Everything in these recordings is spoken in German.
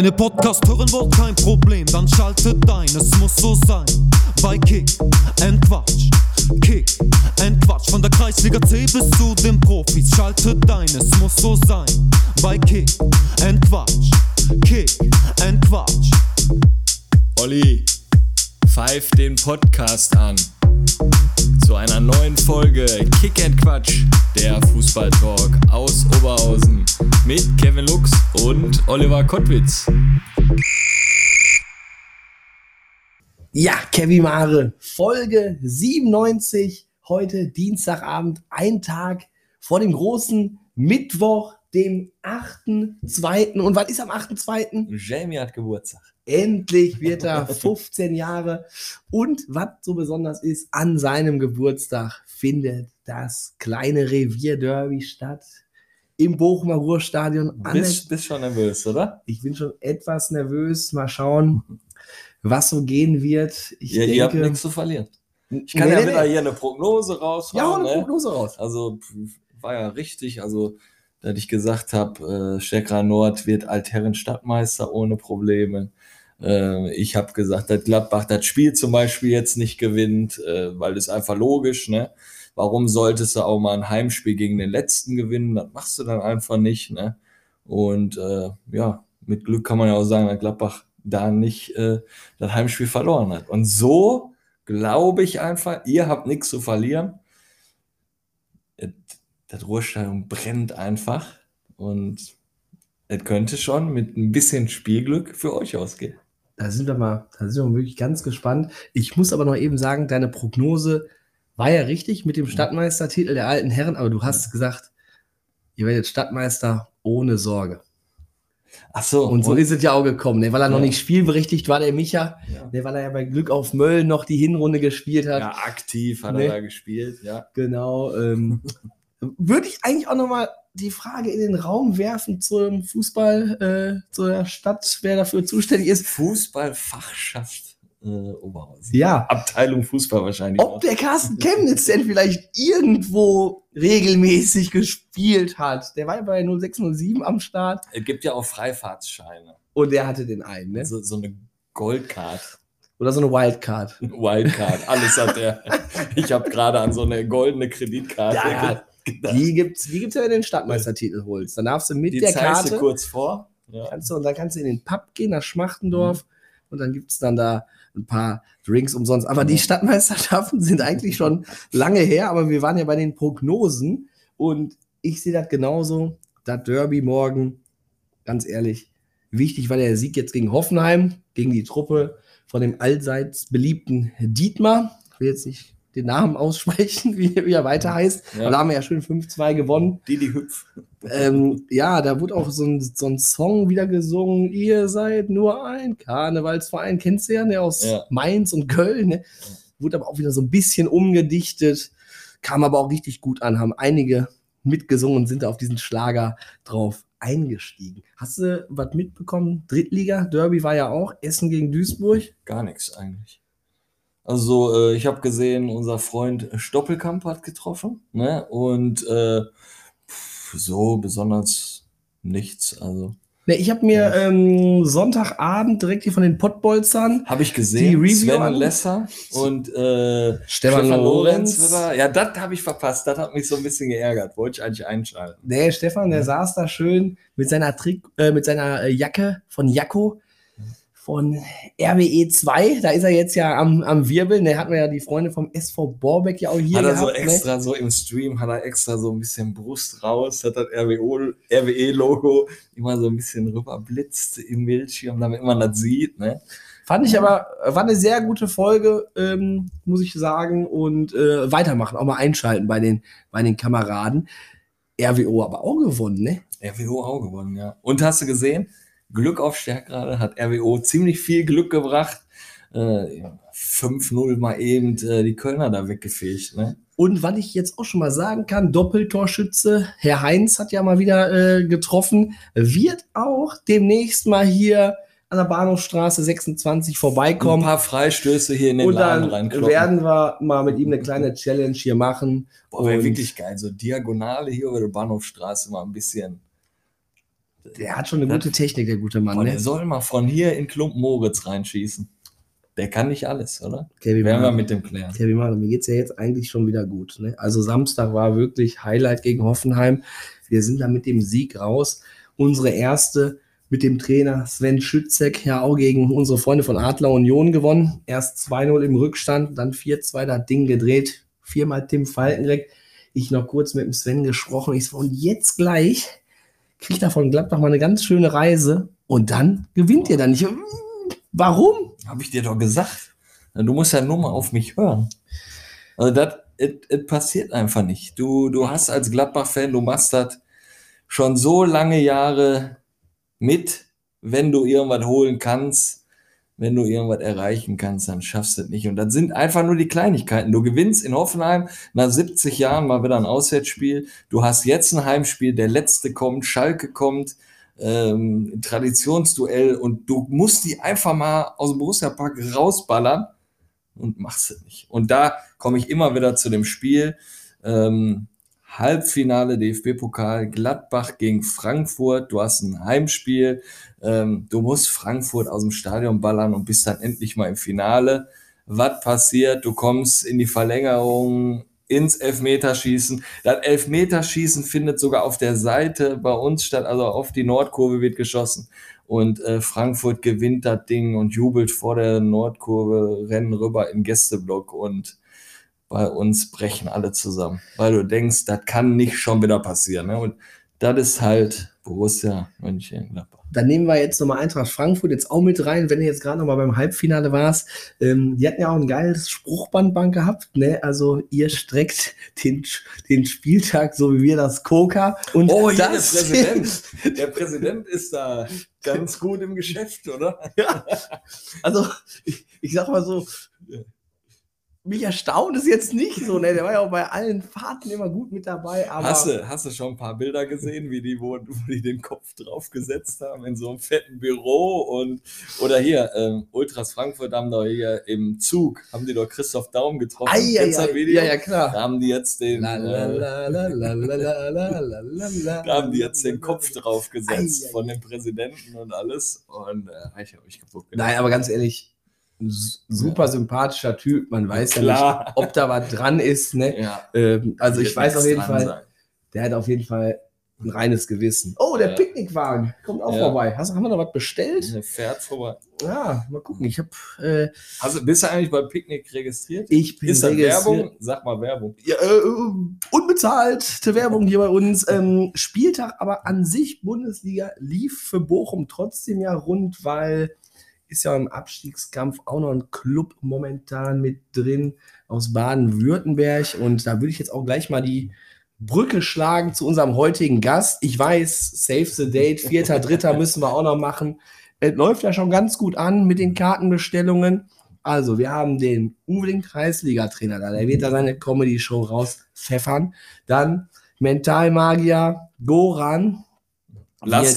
Wenn ihr Podcast hören wollt, kein Problem, dann schaltet ein, es muss so sein. Bei Kick and Quatsch, Kick and Quatsch. Von der Kreisliga C bis zu den Profis, schaltet ein, es muss so sein. Bei Kick and Quatsch, Kick and Quatsch. Olli, pfeif den Podcast an zu einer neuen Folge Kick and Quatsch, der Fußballtalk aus Oberhausen mit Kevin Lux und Oliver Kottwitz. Ja, Kevin Mare, Folge 97, heute Dienstagabend, ein Tag vor dem großen Mittwoch, dem 8.2. Und was ist am 8.2.? Jamie hat Geburtstag. Endlich wird er 15 Jahre. Und was so besonders ist, an seinem Geburtstag findet das kleine Revierderby statt. Im Bochumer Ruhrstadion. Bist schon nervös, oder? Ich bin schon etwas nervös. Mal schauen, was so gehen wird. Ihr habt nichts zu verlieren. Ich kann wieder hier eine Prognose raushauen. Ja, eine Prognose raus. Also war ja richtig. Also, dass ich gesagt habe, Steckra Nord wird Altherren-Stadtmeister ohne Probleme. Ich habe gesagt, dass Gladbach das Spiel zum Beispiel jetzt nicht gewinnt, weil das ist einfach logisch, ne? Warum solltest du auch mal ein Heimspiel gegen den Letzten gewinnen? Das machst du dann einfach nicht, ne? Und ja, mit Glück kann man ja auch sagen, dass Gladbach da nicht das Heimspiel verloren hat. Und so glaube ich einfach, ihr habt nichts zu verlieren. Das Ruhrstadion brennt einfach und es könnte schon mit ein bisschen Spielglück für euch ausgehen. Da sind wir wirklich ganz gespannt. Ich muss aber noch eben sagen, deine Prognose war ja richtig mit dem Stadtmeistertitel der alten Herren, aber du hast gesagt, ihr werdet Stadtmeister ohne Sorge. Ach so. Und so ist es ja auch gekommen, ne? Weil er noch nicht spielberechtigt war, der Micha, ne? Weil er ja bei Glück auf Mölln noch die Hinrunde gespielt hat. Ja, aktiv hat er da gespielt, ja. Genau. Würde ich eigentlich auch nochmal die Frage in den Raum werfen zum Fußball, zur Stadt, wer dafür zuständig ist. Fußballfachschaft Oberhausen. Ja. Abteilung Fußball wahrscheinlich. Ob der Carsten Chemnitz denn vielleicht irgendwo regelmäßig gespielt hat. Der war ja bei 0607 am Start. Es gibt ja auch Freifahrtsscheine. Und der hatte den einen, ne? So eine Goldcard. Oder so eine Wildcard. Wildcard, alles hat er. Ich habe gerade an so eine goldene Kreditkarte. Ja, die gibt's ja, wenn du den Stadtmeistertitel holst. Dann darfst du mit der Karte. Die kurz vor. Ja. Dann kannst du in den Pub gehen, nach Schmachtendorf. Und dann gibt's dann da ein paar Drinks umsonst. Aber die Stadtmeisterschaften sind eigentlich schon lange her. Aber wir waren ja bei den Prognosen. Und ich sehe das genauso. Das Derby morgen, ganz ehrlich, wichtig war der Sieg jetzt gegen Hoffenheim, gegen die Truppe von dem allseits beliebten Dietmar. Ich will jetzt nicht den Namen aussprechen, wie er weiter heißt. Ja. Da haben wir ja schön 5-2 gewonnen. Die Hüpf. Ja, da wurde auch so ein Song wieder gesungen. Ihr seid nur ein Karnevalsverein. Kennst du ja, ne? Aus Mainz und Köln. Ne? Wurde aber auch wieder so ein bisschen umgedichtet. Kam aber auch richtig gut an. Haben einige mitgesungen und sind da auf diesen Schlager drauf eingestiegen. Hast du was mitbekommen? Drittliga, Derby war ja auch. Essen gegen Duisburg. Gar nichts eigentlich. Also ich habe gesehen, unser Freund Stoppelkamp hat getroffen, ne? Und so besonders nichts. Also ne, ich habe mir Sonntagabend direkt hier von den Pottbolzern habe ich gesehen, Sven Lesser und Stefan Lorenz. Ja, das habe ich verpasst. Das hat mich so ein bisschen geärgert. Wollte ich eigentlich einschalten. Nee, Stefan, der saß da schön mit seiner Jacke von Jacko. Von RWE 2, da ist er jetzt ja am Wirbeln. Da hatten wir ja die Freunde vom SV Borbeck ja auch hier hat er gehabt. So extra, so im Stream, hat er extra so ein bisschen Brust raus, hat das RWE-Logo immer so ein bisschen rüberblitzt im Bildschirm, damit man das sieht. Ne? Fand ich aber, war eine sehr gute Folge, muss ich sagen. Und weitermachen, auch mal einschalten bei den Kameraden. RWO aber auch gewonnen, ne? RWO auch gewonnen, ja. Und hast du gesehen? Glück auf Stärkrade hat RWO ziemlich viel Glück gebracht. 5-0 mal eben die Kölner da weggefegt. Ne? Und was ich jetzt auch schon mal sagen kann, Doppeltorschütze, Herr Heinz hat ja mal wieder getroffen, wird auch demnächst mal hier an der Bahnhofstraße 26 vorbeikommen. Ein paar Freistöße hier in den Laden reinkloppen. Und dann werden wir mal mit ihm eine kleine Challenge hier machen. Boah, wäre wirklich geil. So Diagonale hier über der Bahnhofstraße mal ein bisschen Der hat schon eine gute Technik, der gute Mann. Boah, Ne? der soll mal von hier in Klump Moritz reinschießen. Der kann nicht alles, oder? Kevin Werden wir Mahler. mit dem klären. Kevin Mahler, mir geht's ja jetzt eigentlich schon wieder gut. Ne? Also Samstag war wirklich Highlight gegen Hoffenheim. Wir sind da mit dem Sieg raus. Unsere erste mit dem Trainer Sven Schützek ja auch gegen unsere Freunde von Adler Union gewonnen. Erst 2-0 im Rückstand, dann 4-2 das Ding gedreht. 4-mal Tim Falkenreck. Ich noch kurz mit dem Sven gesprochen. Ich so, und jetzt gleich kriegt er von Gladbach mal eine ganz schöne Reise und dann gewinnt ihr dann nicht. Warum? Habe ich dir doch gesagt. Du musst ja nur mal auf mich hören. Also das passiert einfach nicht. Du hast als Gladbach-Fan, du machst das schon so lange Jahre mit, wenn du irgendwas holen kannst, wenn du irgendwas erreichen kannst, dann schaffst du es nicht. Und das sind einfach nur die Kleinigkeiten. Du gewinnst in Hoffenheim nach 70 Jahren mal wieder ein Auswärtsspiel. Du hast jetzt ein Heimspiel, der letzte kommt, Schalke kommt, Traditionsduell und du musst die einfach mal aus dem Borussia-Park rausballern und machst es nicht. Und da komme ich immer wieder zu dem Spiel. Halbfinale DFB-Pokal, Gladbach gegen Frankfurt. Du hast ein Heimspiel. Du musst Frankfurt aus dem Stadion ballern und bist dann endlich mal im Finale. Was passiert? Du kommst in die Verlängerung, ins Elfmeterschießen. Das Elfmeterschießen findet sogar auf der Seite bei uns statt, also auf die Nordkurve wird geschossen. Und Frankfurt gewinnt das Ding und jubelt vor der Nordkurve, rennen rüber in den Gästeblock und bei uns brechen alle zusammen. Weil du denkst, das kann nicht schon wieder passieren. Ne? Und das ist halt Borussia Mönchengladbach. Dann nehmen wir jetzt nochmal Eintracht Frankfurt jetzt auch mit rein, wenn du jetzt gerade nochmal beim Halbfinale warst. Die hatten ja auch ein geiles Spruchbandbank gehabt. Ne? Also ihr streckt den Spieltag, so wie wir das Coca. Und Oh, ja, das der Präsident. Der Präsident ist da ganz gut im Geschäft, oder? Ja, also ich sag mal so, mich erstaunt es jetzt nicht so, ne? Der war ja auch bei allen Fahrten immer gut mit dabei. Aber Hast du schon ein paar Bilder gesehen, wo die den Kopf drauf gesetzt haben in so einem fetten Büro oder hier, Ultras Frankfurt haben doch hier im Zug, haben die doch Christoph Daum getroffen. Kennst du das Video? ja, klar. Da haben die jetzt den, La, la, la, la, la, la, la, la, la, la, da haben die jetzt den Kopf drauf gesetzt Ei, ei, von dem Präsidenten und alles. Und ich habe mich kaputt gemacht. Nein, aber ganz ehrlich, super sympathischer Typ. Man weiß ja Klar. nicht, ob da was dran ist. Ne? Ja. Also ich Wird weiß auf nichts jeden dran Fall, sein. der hat auf jeden Fall ein reines Gewissen. Oh, der Ja. Picknickwagen kommt auch Ja. vorbei. Haben wir noch was bestellt? Der fährt vorbei. Ja, mal gucken. Ich habe Bist du eigentlich bei Picknick registriert? ich bin Ist das registriert. Werbung? Sag mal Werbung. Ja, unbezahlte Werbung hier bei uns. Spieltag aber an sich Bundesliga lief für Bochum trotzdem ja rund, weil ist ja im Abstiegskampf auch noch ein Club momentan mit drin aus Baden-Württemberg. Und da würde ich jetzt auch gleich mal die Brücke schlagen zu unserem heutigen Gast. Ich weiß, Save the Date, 4.3. müssen wir auch noch machen. Es läuft ja schon ganz gut an mit den Kartenbestellungen. Also, wir haben den Uwe, den Kreisliga-Trainer da. Der wird da seine Comedy-Show rauspfeffern. Dann Mentalmagier Goran. Lasst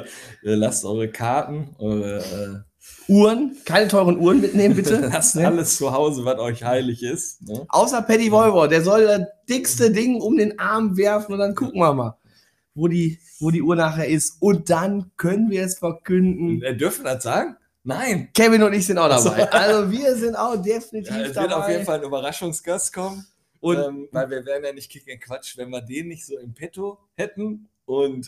eure Karten, eure Uhren, keine teuren Uhren mitnehmen, bitte. lasst Ne? alles zu Hause, was euch heilig ist. Ne? Außer Paddy Volvo, der soll das dickste Ding um den Arm werfen und dann gucken wir mal, wo die Uhr nachher ist. Und dann können wir es verkünden. Dürfen wir das sagen? Nein. Kevin und ich sind auch dabei. Also wir sind auch definitiv Ja, es dabei. wird auf jeden Fall ein Überraschungsgast kommen. Und Weil wir wären ja nicht Kick and Quatsch, wenn wir den nicht so im Petto hätten. Und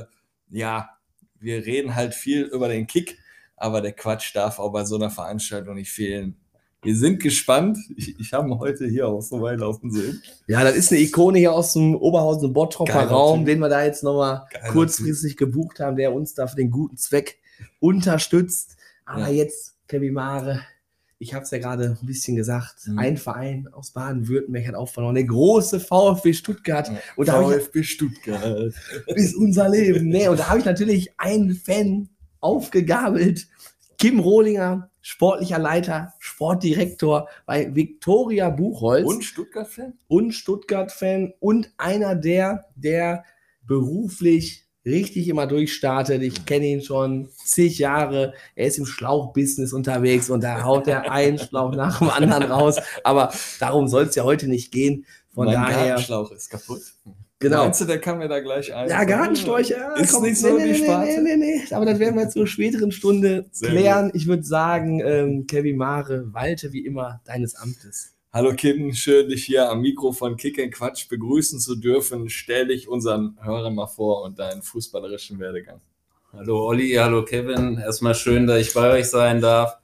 ja, wir reden halt viel über den Kick, aber der Quatsch darf auch bei so einer Veranstaltung nicht fehlen. Wir sind gespannt. Ich habe ihn heute hier auch so weit laufen sehen. ja, das ist eine Ikone hier aus dem Oberhausen Bottropper Geiler Raum, Typ. den wir da jetzt nochmal Geiler kurzfristig gebucht haben, der uns da für den guten Zweck unterstützt. Aber Ja. jetzt, Kevin Mare, ich habe es ja gerade ein bisschen gesagt, ein Verein aus Baden-Württemberg hat auch verloren, der große VfB Stuttgart. Und da habe ich VfB Stuttgart. ist unser Leben. Nee, und da habe ich natürlich einen Fan aufgegabelt. Kim Rohlinger, sportlicher Leiter, Sportdirektor bei Viktoria Buchholz Und Stuttgart-Fan? und Stuttgart-Fan und einer der beruflich richtig immer durchstartet. Ich kenne ihn schon zig Jahre. Er ist im Schlauchbusiness unterwegs und da haut er einen Schlauch nach dem anderen raus. Aber darum soll es ja heute nicht gehen. Von mein daher, Gartenschlauch ist kaputt. genau. Meinst du, der kann mir da gleich ein? Ja, Gartenschläuche, ja, Ist nicht so die Sparte? nee. Aber das werden wir jetzt zur späteren Stunde Sehr klären. Ich würde sagen, Kevin Mare, walte wie immer deines Amtes. Hallo Kim, schön, dich hier am Mikro von Kick & Quatsch begrüßen zu dürfen. Stell dich unseren Hörern mal vor und deinen fußballerischen Werdegang. Hallo Olli, hallo Kevin. Erstmal schön, dass ich bei euch sein darf.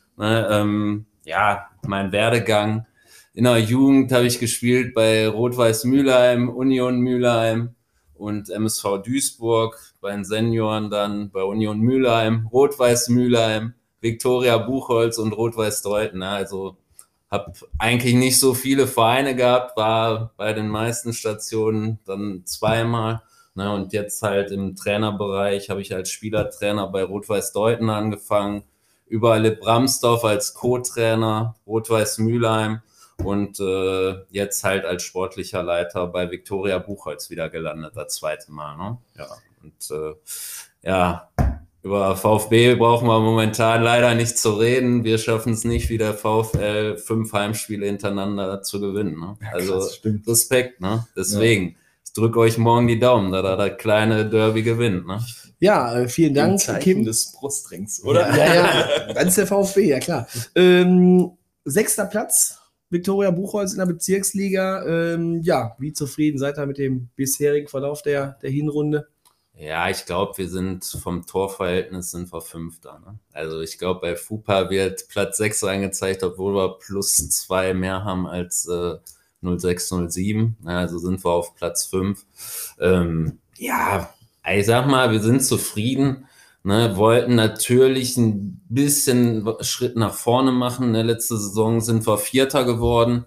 Mein Werdegang. In der Jugend habe ich gespielt bei Rot-Weiß Mülheim, Union Mülheim und MSV Duisburg. Bei den Senioren dann bei Union Mülheim, Rot-Weiß Mülheim, Viktoria Buchholz und Rot-Weiß Deuten. Also habe eigentlich nicht so viele Vereine gehabt, war bei den meisten Stationen dann zweimal. Und jetzt halt im Trainerbereich habe ich als Spielertrainer bei Rot-Weiß Deuten angefangen, über Lipp Ramsdorf als Co-Trainer, Rot-Weiß Mülheim und jetzt halt als sportlicher Leiter bei Viktoria Buchholz wieder gelandet, das zweite Mal. Ne? Über VfB brauchen wir momentan leider nicht zu reden. Wir schaffen es nicht, wie der VfL 5 Heimspiele hintereinander zu gewinnen. Ne? Ja, also krass, stimmt. Respekt, ne? Deswegen. Ich drücke euch morgen die Daumen, da das kleine Derby gewinnt. Ne? Ja, vielen Dank, Im Zeichen Kim. des Brustrings, oder? Ja, das ist der VfB, ja klar. 6. Platz, Viktoria Buchholz in der Bezirksliga. Wie zufrieden seid ihr mit dem bisherigen Verlauf der Hinrunde? Ja, ich glaube, wir sind vom Torverhältnis sind wir Fünfter. Ne? Also ich glaube, bei FUPA wird Platz 6 angezeigt, obwohl wir +2 mehr haben als 0607. Also sind wir auf Platz 5. Ich sag mal, wir sind zufrieden. Ne? Wollten natürlich ein bisschen Schritt nach vorne machen. Letzte Saison sind wir Vierter geworden.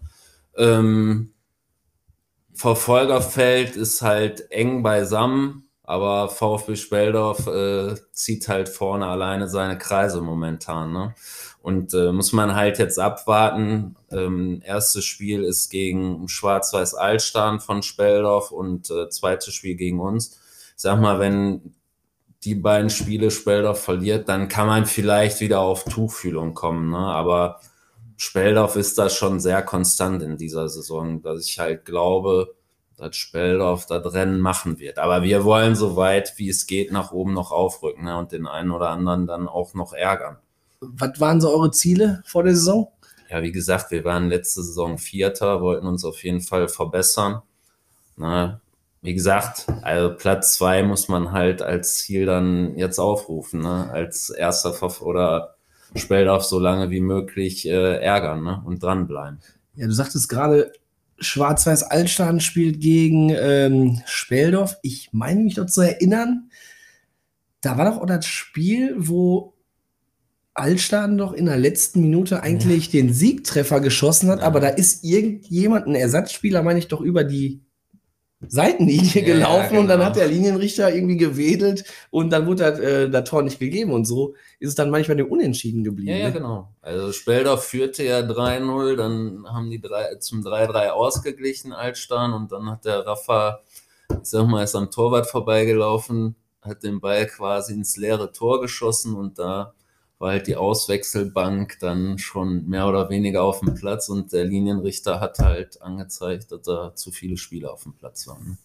Verfolgerfeld ist halt eng beisammen. Aber VfB Speldorf zieht halt vorne alleine seine Kreise momentan. Ne? Und muss man halt jetzt abwarten. Erstes Spiel ist gegen Schwarz-Weiß Altstein von Speldorf und zweites Spiel gegen uns. Ich sag mal, wenn die beiden Spiele Speldorf verliert, dann kann man vielleicht wieder auf Tuchfühlung kommen. Ne? Aber Speldorf ist da schon sehr konstant in dieser Saison, dass ich halt glaube, dass Speldorf das Rennen machen wird. Aber wir wollen so weit, wie es geht, nach oben noch aufrücken, ne? Und den einen oder anderen dann auch noch ärgern. Was waren so eure Ziele vor der Saison? Ja, wie gesagt, wir waren letzte Saison Vierter, wollten uns auf jeden Fall verbessern. Na, wie gesagt, also Platz 2 muss man halt als Ziel dann jetzt aufrufen, ne? Als erster oder Speldorf so lange wie möglich ärgern, ne? Und dranbleiben. Ja, du sagtest gerade, Schwarz-Weiß Altstein spielt gegen Speldorf. Ich meine mich doch zu erinnern, da war doch auch das Spiel, wo Altstein doch in der letzten Minute eigentlich den Siegtreffer geschossen hat, aber da ist irgendjemand, ein Ersatzspieler, meine ich, doch über die Seitenlinie gelaufen und dann hat der Linienrichter irgendwie gewedelt und dann wurde das Tor nicht gegeben und so ist es dann manchmal dem Unentschieden geblieben. Ja, genau. Also Speldorf führte ja 3-0, dann haben die zum 3-3 ausgeglichen, Altstein, und dann hat der Rafa, ich sag mal, ist am Torwart vorbeigelaufen, hat den Ball quasi ins leere Tor geschossen und da war halt die Auswechselbank dann schon mehr oder weniger auf dem Platz und der Linienrichter hat halt angezeigt, dass da zu viele Spieler auf dem Platz waren.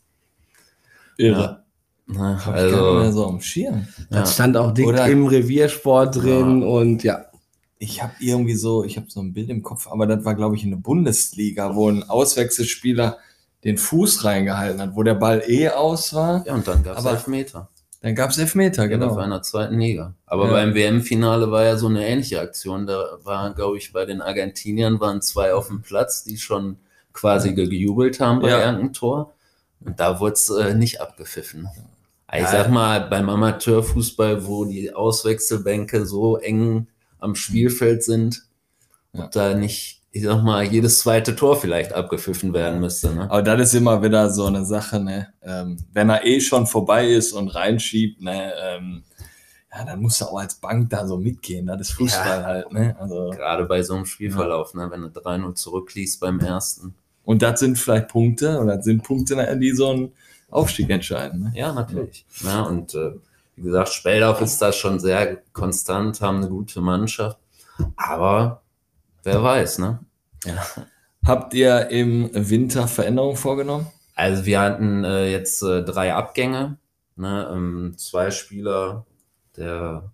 Irre. Ja. Hab ich gar nicht mehr so am Schirm. Das stand auch dick Oder- im Reviersport drin und ja. Ich habe so ein Bild im Kopf, aber das war, glaube ich, in der Bundesliga, wo ein Auswechselspieler den Fuß reingehalten hat, wo der Ball aus war. Ja, und dann gab es Aber- Elfmeter. Dann gab es Elfmeter, Genau. genau. Auf einer zweiten Liga. Aber Ja. beim WM-Finale war ja so eine ähnliche Aktion. Da waren, glaube ich, bei den Argentiniern waren 2 auf dem Platz, die schon quasi gejubelt haben bei Ja. irgendeinem Tor. Und da wurde es nicht abgepfiffen. Ich Ja. sag mal, beim Amateurfußball, wo die Auswechselbänke so eng am Spielfeld sind, Ja. ob da nicht, ich sag mal, jedes zweite Tor vielleicht abgepfiffen werden müsste. Ne? Aber das ist immer wieder so eine Sache, ne? Wenn er schon vorbei ist und reinschiebt, ne? Dann musst du auch als Bank da so mitgehen. Das ist Fußball halt, ne? Also, Gerade bei so einem Spielverlauf, ne? Wenn du 3-0 zurückliegst beim ersten. und das sind vielleicht Punkte, oder das sind Punkte, die so einen Aufstieg entscheiden. Ne? Ja, natürlich. Ja, und wie gesagt, Speldorf ist da schon sehr konstant, haben eine gute Mannschaft. Aber wer weiß, ne? Ja. Habt ihr im Winter Veränderungen vorgenommen? Also wir hatten jetzt 3 Abgänge, ne? 2 Spieler, der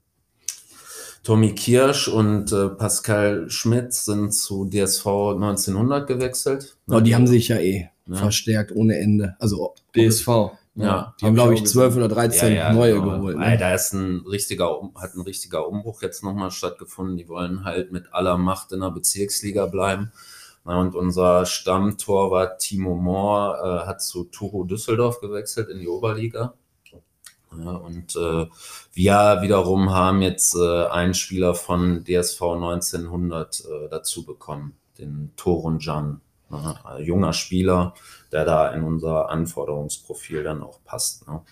Tommy Kirsch und Pascal Schmidt sind zu DSV 1900 gewechselt. Oh, die haben sich ja Ja. verstärkt ohne Ende. Also DSV. Ja. die haben, glaube hab ich, auch 12 gesehen. oder 13 neue genau. geholt. Weil Ne? da ist hat ein richtiger Umbruch jetzt nochmal stattgefunden. Die wollen halt mit aller Macht in der Bezirksliga bleiben. Na, und unser Stammtorwart Timo Mohr hat zu Turo Düsseldorf gewechselt in die Oberliga. Ja, und wir wiederum haben jetzt einen Spieler von DSV 1900 dazu bekommen, den Torun Can. Ein junger Spieler, der da in unser Anforderungsprofil dann auch passt. Ne?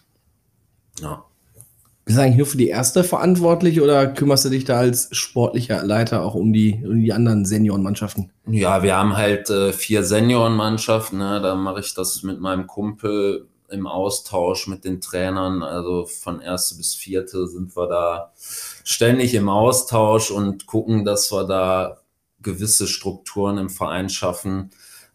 Ja. Bist du eigentlich nur für die erste verantwortlich oder kümmerst du dich da als sportlicher Leiter auch um die anderen Seniorenmannschaften? Ja, wir haben halt 4 Seniorenmannschaften. Ne? Da mache ich das mit meinem Kumpel im Austausch mit den Trainern. Also von 1. bis 4. sind wir da ständig im Austausch und gucken, dass wir da gewisse Strukturen im Verein schaffen,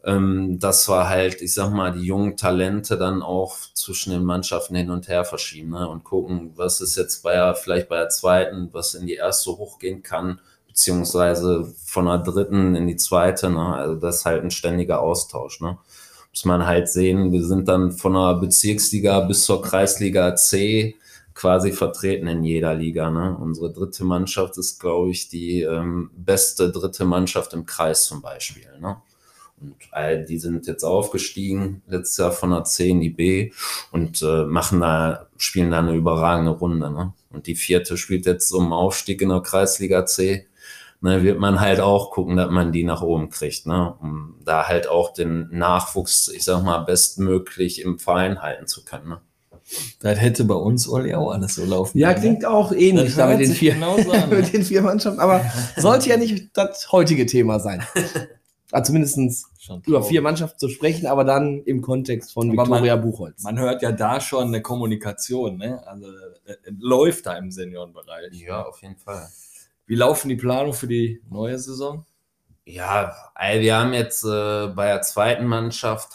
dass wir halt, ich sag mal, die jungen Talente dann auch zwischen den Mannschaften hin und her verschieben, ne? Und gucken, was ist jetzt vielleicht bei der zweiten, was in die erste hochgehen kann, beziehungsweise von der dritten in die zweite, ne? Also das ist halt ein ständiger Austausch, ne? Muss man halt sehen, wir sind dann von der Bezirksliga bis zur Kreisliga C quasi vertreten in jeder Liga, ne? Unsere dritte Mannschaft ist, glaube ich, die beste dritte Mannschaft im Kreis zum Beispiel, ne? Und die sind jetzt aufgestiegen, letztes Jahr von der C in die B und spielen da eine überragende Runde, ne? Und die 4. spielt jetzt um Aufstieg in der Kreisliga C. Ne, wird man halt auch gucken, dass man die nach oben kriegt, ne? Um da halt auch den Nachwuchs, ich sag mal, bestmöglich im Verein halten zu können, ne? Das hätte bei uns, Olli, auch alles so laufen Ja, können, klingt auch ähnlich Das da mit hört den sich 4 genauso an, ne? mit den 4 Mannschaften, aber sollte ja nicht das heutige Thema sein. Also zumindest Schon über traurig. 4 Mannschaften zu sprechen, aber dann im Kontext von Aber Viktoria Buchholz. Man hört ja da schon eine Kommunikation, ne? Also läuft da im Seniorenbereich. Ja, auf jeden Fall. Wie laufen die Planungen für die neue Saison? Ja, wir haben jetzt bei der zweiten Mannschaft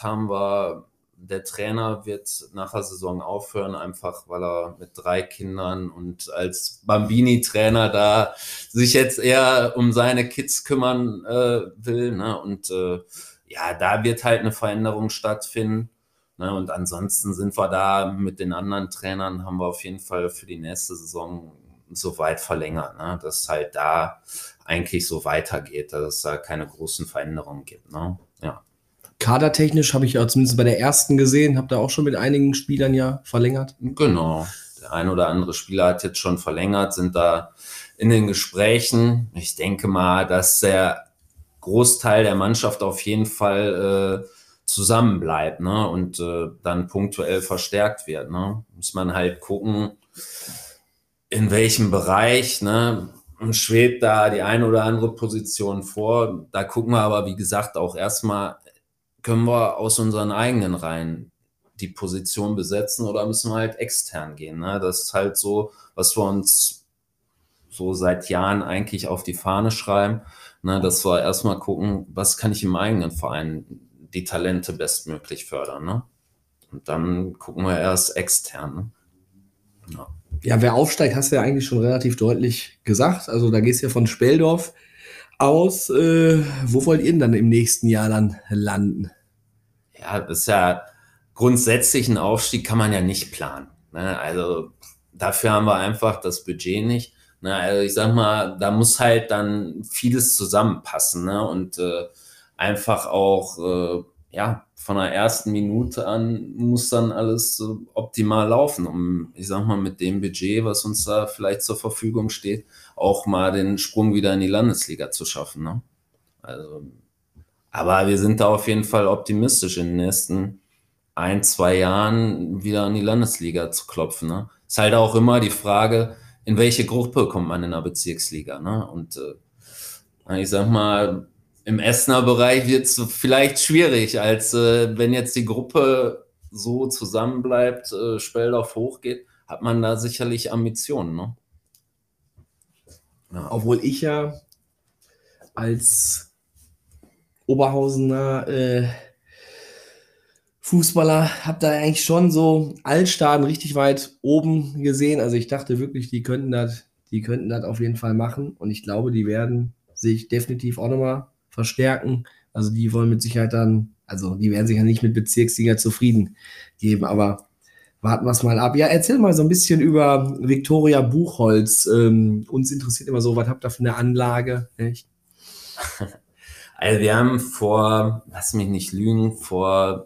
der Trainer wird nach der Saison aufhören, einfach weil er mit 3 Kindern und als Bambini-Trainer da sich jetzt eher um seine Kids kümmern will, ne? Und ja, da wird halt eine Veränderung stattfinden. Ne? Und ansonsten sind wir da mit den anderen Trainern, haben wir auf jeden Fall für die nächste Saison so weit verlängert, ne? Dass halt da eigentlich so weitergeht, dass es da keine großen Veränderungen gibt. Ne? Ja. Kadertechnisch habe ich ja zumindest bei der ersten gesehen, habe da auch schon mit einigen Spielern ja verlängert. Genau. Der ein oder andere Spieler hat jetzt schon verlängert, sind da in den Gesprächen. Ich denke mal, dass der Großteil der Mannschaft auf jeden Fall zusammenbleibt, ne? Und dann punktuell verstärkt wird. Ne? Muss man halt gucken, in welchem Bereich, ne? Und schwebt da die eine oder andere Position vor. Da gucken wir aber, wie gesagt, auch erstmal, können wir aus unseren eigenen Reihen die Position besetzen oder müssen wir halt extern gehen, ne? Das ist halt so, was wir uns so seit Jahren eigentlich auf die Fahne schreiben, ne? Dass wir erstmal gucken, was kann ich im eigenen Verein die Talente bestmöglich fördern, ne? Und dann gucken wir erst extern, ne? Ja. Ja, wer aufsteigt, hast du ja eigentlich schon relativ deutlich gesagt. Also da gehst du ja von Speldorf aus. Wo wollt ihr denn dann im nächsten Jahr dann landen? Ja, das ist ja grundsätzlich ein Aufstieg kann man ja nicht planen, ne? Also dafür haben wir einfach das Budget nicht. Ne? Also ich sag mal, da muss halt dann vieles zusammenpassen, ne? Und einfach auch ja, von der ersten Minute an muss dann alles optimal laufen, um, ich sag mal, mit dem Budget, was uns da vielleicht zur Verfügung steht, auch mal den Sprung wieder in die Landesliga zu schaffen, ne? Also, aber wir sind da auf jeden Fall optimistisch, in den nächsten 1, 2 Jahren wieder an die Landesliga zu klopfen, ne? Ist halt auch immer die Frage, in welche Gruppe kommt man in der Bezirksliga, ne? Und ich sag mal, im Essener Bereich wird es vielleicht schwierig, als wenn jetzt die Gruppe so zusammenbleibt, Speldorf hochgeht, hat man da sicherlich Ambitionen, ne? Ja. Obwohl ich ja als Oberhausener Fußballer, habe da eigentlich schon so Altstaden richtig weit oben gesehen. Also ich dachte wirklich, die könnten das auf jeden Fall machen. Und ich glaube, die werden sich definitiv auch nochmal verstärken. Also die wollen mit Sicherheit dann, also die werden sich ja nicht mit Bezirksliga zufrieden geben, aber warten wir es mal ab. Ja, erzähl mal so ein bisschen über Viktoria Buchholz. Uns interessiert immer so, was habt ihr für eine Anlage? Echt? Also wir haben lass mich nicht lügen, vor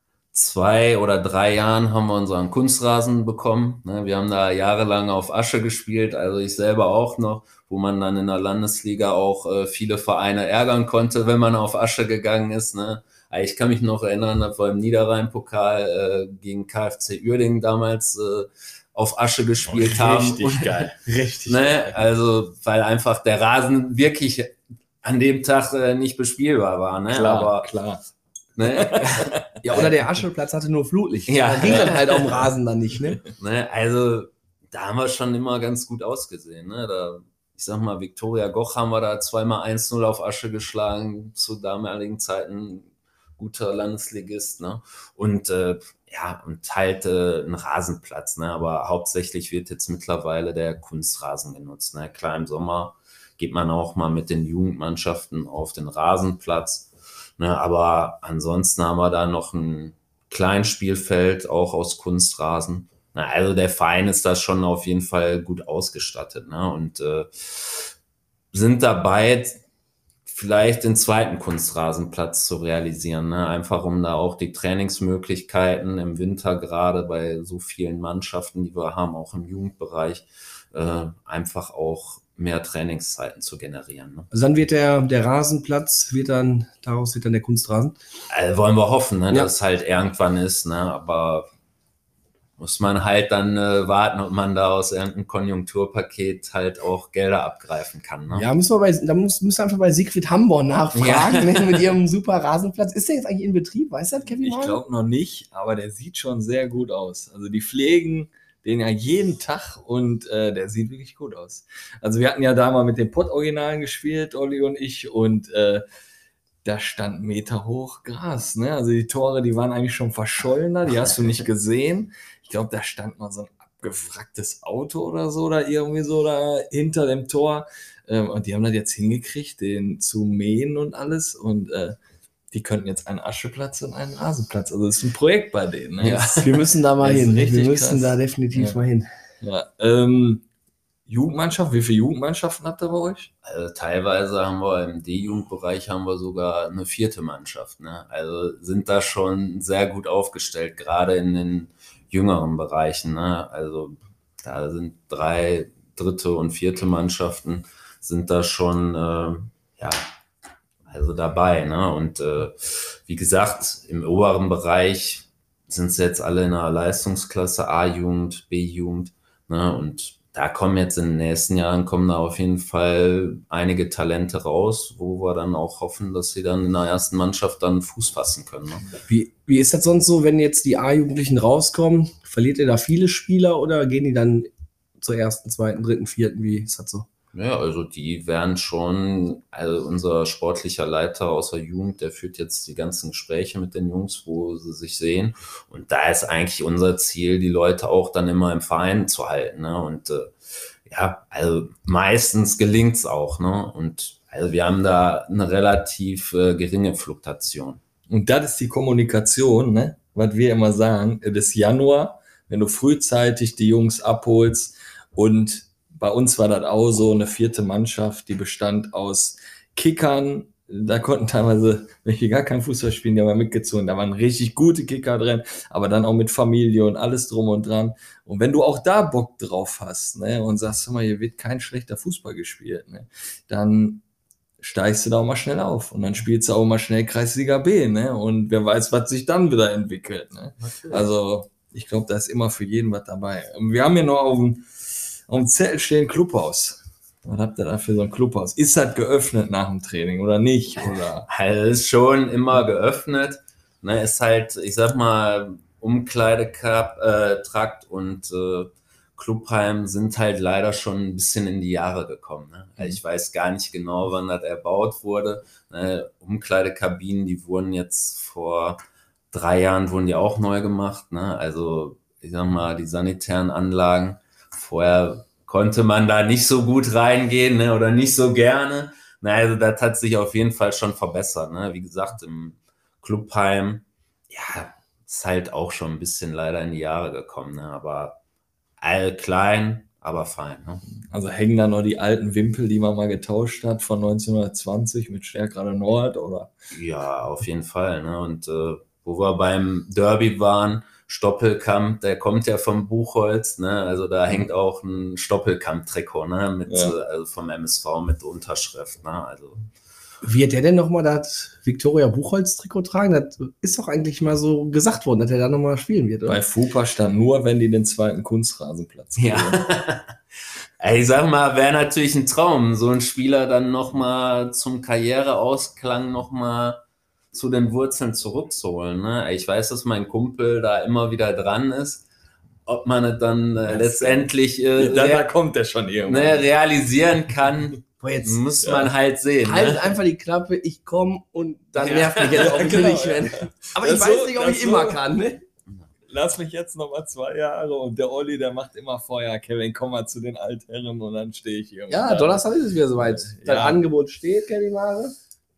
2 oder 3 Jahren haben wir unseren Kunstrasen bekommen. Wir haben da jahrelang auf Asche gespielt, also ich selber auch noch, wo man dann in der Landesliga auch viele Vereine ärgern konnte, wenn man auf Asche gegangen ist. Ne? Ich kann mich noch erinnern, dass wir im Niederrhein-Pokal gegen KfC Uerdingen damals auf Asche gespielt haben. Richtig geil. Richtig ne? geil. Also, weil einfach der Rasen wirklich an dem Tag nicht bespielbar war. Ne? Klar. Ne? Ja, oder der Ascheplatz hatte nur Flutlicht. Ja. Da ging dann halt auf dem Rasen dann nicht, ne? Ne? Also, da haben wir schon immer ganz gut ausgesehen. Ne? Ich sag mal, Viktoria Goch haben wir da 2-mal 1-0 auf Asche geschlagen, zu damaligen Zeiten guter Landesligist. Ne? Und halt ein Rasenplatz. Ne? Aber hauptsächlich wird jetzt mittlerweile der Kunstrasen genutzt. Ne? Klar, im Sommer geht man auch mal mit den Jugendmannschaften auf den Rasenplatz. Ne, aber ansonsten haben wir da noch ein Kleinspielfeld, auch aus Kunstrasen. Na, also der Verein ist da schon auf jeden Fall gut ausgestattet. Ne, und sind dabei, vielleicht den zweiten Kunstrasenplatz zu realisieren. Ne, einfach um da auch die Trainingsmöglichkeiten im Winter, gerade bei so vielen Mannschaften, die wir haben, auch im Jugendbereich, einfach auch mehr Trainingszeiten zu generieren. Ne? Also dann wird der Rasenplatz, daraus wird dann der Kunstrasen. Also wollen wir hoffen, ne, Ja. dass es halt irgendwann ist, ne, aber muss man halt dann warten, ob man da aus irgendeinem Konjunkturpaket halt auch Gelder abgreifen kann. Ne? Ja, müssen wir einfach bei Siegfried Hamborn nachfragen, Ja. mit ihrem super Rasenplatz. Ist der jetzt eigentlich in Betrieb? Weiß das Kevin Ich Hahn? glaube noch nicht, aber der sieht schon sehr gut aus. Also die pflegen den ja jeden Tag und der sieht wirklich gut aus. Also wir hatten ja da mal mit den Pott-Originalen gespielt, Olli und ich, und da stand Meter hoch Gras. Ne? Also die Tore, die waren eigentlich schon verschollen da, die hast du nicht gesehen. Ich glaube, da stand mal so ein abgewracktes Auto oder so da irgendwie so da hinter dem Tor. Und die haben das jetzt hingekriegt, den zu mähen und alles. Und die könnten jetzt einen Ascheplatz und einen Rasenplatz. Also das ist ein Projekt bei denen. Ne? Ja. Wir müssen da mal Das ist hin. richtig Wir müssen krass. da definitiv Ja. mal hin. Ja, Jugendmannschaft, wie viele Jugendmannschaften habt ihr bei euch? Also teilweise haben wir im D-Jugendbereich haben wir sogar eine 4. Mannschaft. Ne? Also sind da schon sehr gut aufgestellt, gerade in den jüngeren Bereichen. Ne? Also da sind 3. und 4. Mannschaften sind da schon also dabei. Ne? Und wie gesagt, im oberen Bereich sind sie jetzt alle in einer Leistungsklasse A-Jugend, B-Jugend. Ne? Und da kommen jetzt in den nächsten Jahren da auf jeden Fall einige Talente raus, wo wir dann auch hoffen, dass sie dann in der ersten Mannschaft dann Fuß fassen können. Ne? Wie ist das sonst so, wenn jetzt die A-Jugendlichen rauskommen? Verliert ihr da viele Spieler oder gehen die dann zur 1., 2., 3., 4.? Wie ist das so? Ja, also die werden schon, also unser sportlicher Leiter aus der Jugend, der führt jetzt die ganzen Gespräche mit den Jungs, wo sie sich sehen. Und da ist eigentlich unser Ziel, die Leute auch dann immer im Verein zu halten. Ne? Und also meistens gelingt's auch. Ne? Und also wir haben da eine relativ geringe Fluktuation. Und das ist die Kommunikation, ne? Was wir immer sagen, des Januar, wenn du frühzeitig die Jungs abholst. Und bei uns war das auch so eine 4. Mannschaft, die bestand aus Kickern. Da konnten teilweise welche gar kein Fußball spielen, die haben wir mitgezogen. Da waren richtig gute Kicker drin, aber dann auch mit Familie und alles drum und dran. Und wenn du auch da Bock drauf hast, ne, und sagst, hör mal, hier wird kein schlechter Fußball gespielt, ne, dann steigst du da auch mal schnell auf. Und dann spielst du auch mal schnell Kreisliga B, ne, und wer weiß, was sich dann wieder entwickelt, ne. Also, ich glaube, da ist immer für jeden was dabei. Wir haben hier noch auf dem Zettel stehen Clubhaus. Was habt ihr da für so ein Clubhaus? Ist das geöffnet nach dem Training oder nicht? Oder? Also ist schon immer geöffnet. Ne, ist halt, ich sag mal, Umkleidetrakt und Clubheim sind halt leider schon ein bisschen in die Jahre gekommen. Ne? Also ich weiß gar nicht genau, wann das erbaut wurde. Umkleidekabinen, die wurden jetzt vor 3 Jahren wurden die auch neu gemacht. Ne? Also ich sag mal, die sanitären Anlagen. Vorher konnte man da nicht so gut reingehen, ne? Oder nicht so gerne. Na, also das hat sich auf jeden Fall schon verbessert. Ne? Wie gesagt, im Clubheim, ja, ist halt auch schon ein bisschen leider in die Jahre gekommen. Ne? Aber all klein, aber fein. Ne? Also hängen da noch die alten Wimpel, die man mal getauscht hat von 1920 mit Stärkrade Nord, oder? Ja, auf jeden Fall. Ne? Und wo wir beim Derby waren, Stoppelkamp, der kommt ja vom Buchholz, ne? Also da hängt auch ein Stoppelkamp-Trikot, ne? Mit, also vom MSV mit Unterschrift, ne? Also. Wird der denn nochmal das Viktoria Buchholz-Trikot tragen? Das ist doch eigentlich mal so gesagt worden, dass er da nochmal spielen wird, oder? Bei FUPA stand nur, wenn die den zweiten Kunstrasenplatz kriegen. Ja. Ich sag mal, wäre natürlich ein Traum, so einen Spieler dann nochmal zum Karriereausklang nochmal zu den Wurzeln zurückzuholen. Ne? Ich weiß, dass mein Kumpel da immer wieder dran ist. Ob man es dann letztendlich da kommt der schon irgendwann. Ne, realisieren kann, Boah, jetzt muss man halt sehen. halt Ne? einfach die Klappe, ich komme und dann nervt mich jetzt auch genau, nicht mehr. Aber ich Das weiß so- nicht, ob das ich immer so- kann. Ne? Lass mich jetzt noch mal 2 Jahre und der Olli, der macht immer vorher, Kevin, komm mal zu den Altherren und dann stehe ich irgendwann. Ja, da. Donnerstag ist es wieder soweit. Dein Ja. Angebot steht, Kenny Mare.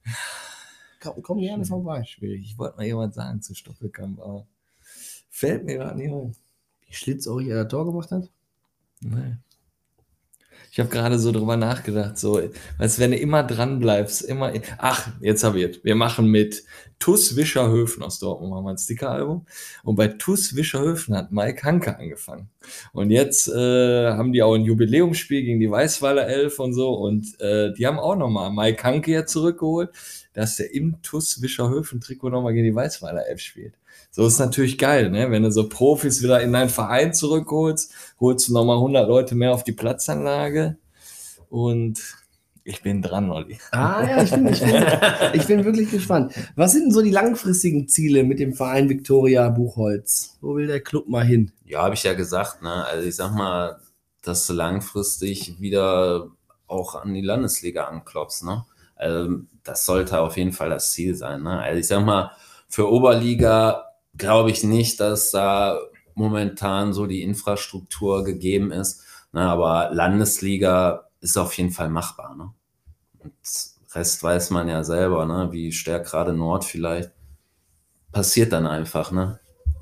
Komm gerne vorbei. Schwierig. Ich wollte mal jemand sagen zu Stoppelkamp, aber fällt mir gerade nicht ein. Wie schlitzohrig er das Tor gemacht hat? Nee. Ich habe gerade so drüber nachgedacht, so, weißt, wenn du immer dran bleibst, jetzt habe ich es. Wir machen mit TuS Wischerhöfen aus Dortmund machen wir ein Sticker-Album. Und bei TuS Wischerhöfen hat Mike Hanke angefangen. Und jetzt haben die auch ein Jubiläumsspiel gegen die Weißweiler Elf und so. Und die haben auch nochmal Mike Hanke jetzt zurückgeholt, dass der im TuS Wischerhöfen-Trikot nochmal gegen die Weißweiler Elf spielt. So ist natürlich geil, ne? Wenn du so Profis wieder in deinen Verein zurückholst, holst du nochmal 100 Leute mehr auf die Platzanlage und ich bin dran, Olli. Ja, ich bin wirklich gespannt. Was sind denn so die langfristigen Ziele mit dem Verein Viktoria Buchholz? Wo will der Club mal hin? Ja, habe ich ja gesagt. Ne? Also ich sag mal, dass du langfristig wieder auch an die Landesliga anklopfst. Ne? Also das sollte auf jeden Fall das Ziel sein. Ne? Also ich sag mal, für Oberliga glaube ich nicht, dass da momentan so die Infrastruktur gegeben ist. Ne? Aber Landesliga ist auf jeden Fall machbar. Ne? Und Rest weiß man ja selber, ne? Wie Stärkrade Nord vielleicht. Passiert dann einfach. Ne?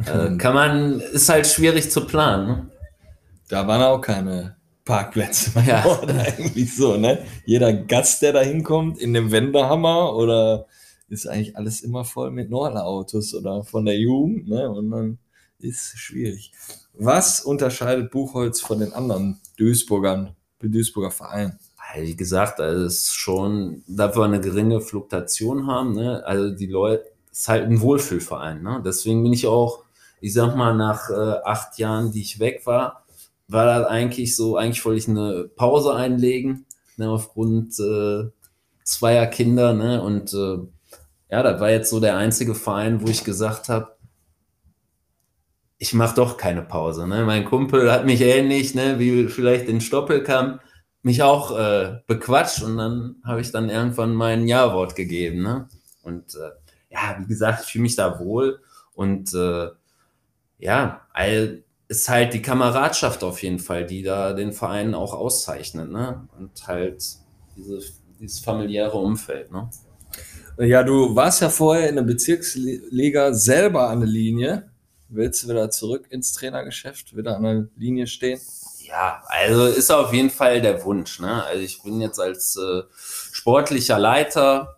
Ist halt schwierig zu planen. Ne? Da waren auch keine Parkplätze bei Ja. Nord eigentlich so, ne? Jeder Gast, der da hinkommt, in dem Wendehammer oder ist eigentlich alles immer voll mit Nordler-Autos oder von der Jugend, ne? Und dann ist schwierig. Was unterscheidet Buchholz von den anderen Duisburger Vereinen? Wie gesagt, also es ist schon, da wir eine geringe Fluktuation haben, ne? Also die Leute, es ist halt ein Wohlfühlverein, ne? Deswegen bin ich auch, ich sag mal, nach 8 Jahren, die ich weg war das eigentlich so, eigentlich wollte ich eine Pause einlegen, ne? Aufgrund 2 Kinder, ne? Und ja, das war jetzt so der einzige Verein, wo ich gesagt habe, ich mache doch keine Pause. Ne? Mein Kumpel hat mich ähnlich, ne, wie vielleicht in Stoppelkamp, mich auch bequatscht und dann habe ich dann irgendwann mein Ja-Wort gegeben. Ne? Und ja, wie gesagt, ich fühle mich da wohl und ja, ist halt die Kameradschaft auf jeden Fall, die da den Verein auch auszeichnet. Ne? Und halt dieses familiäre Umfeld. Ne? Ja, du warst ja vorher in der Bezirksliga selber an der Linie. Willst du wieder zurück ins Trainergeschäft, wieder an der Linie stehen? Ja, also ist auf jeden Fall der Wunsch. Ne? Also ich bin jetzt als sportlicher Leiter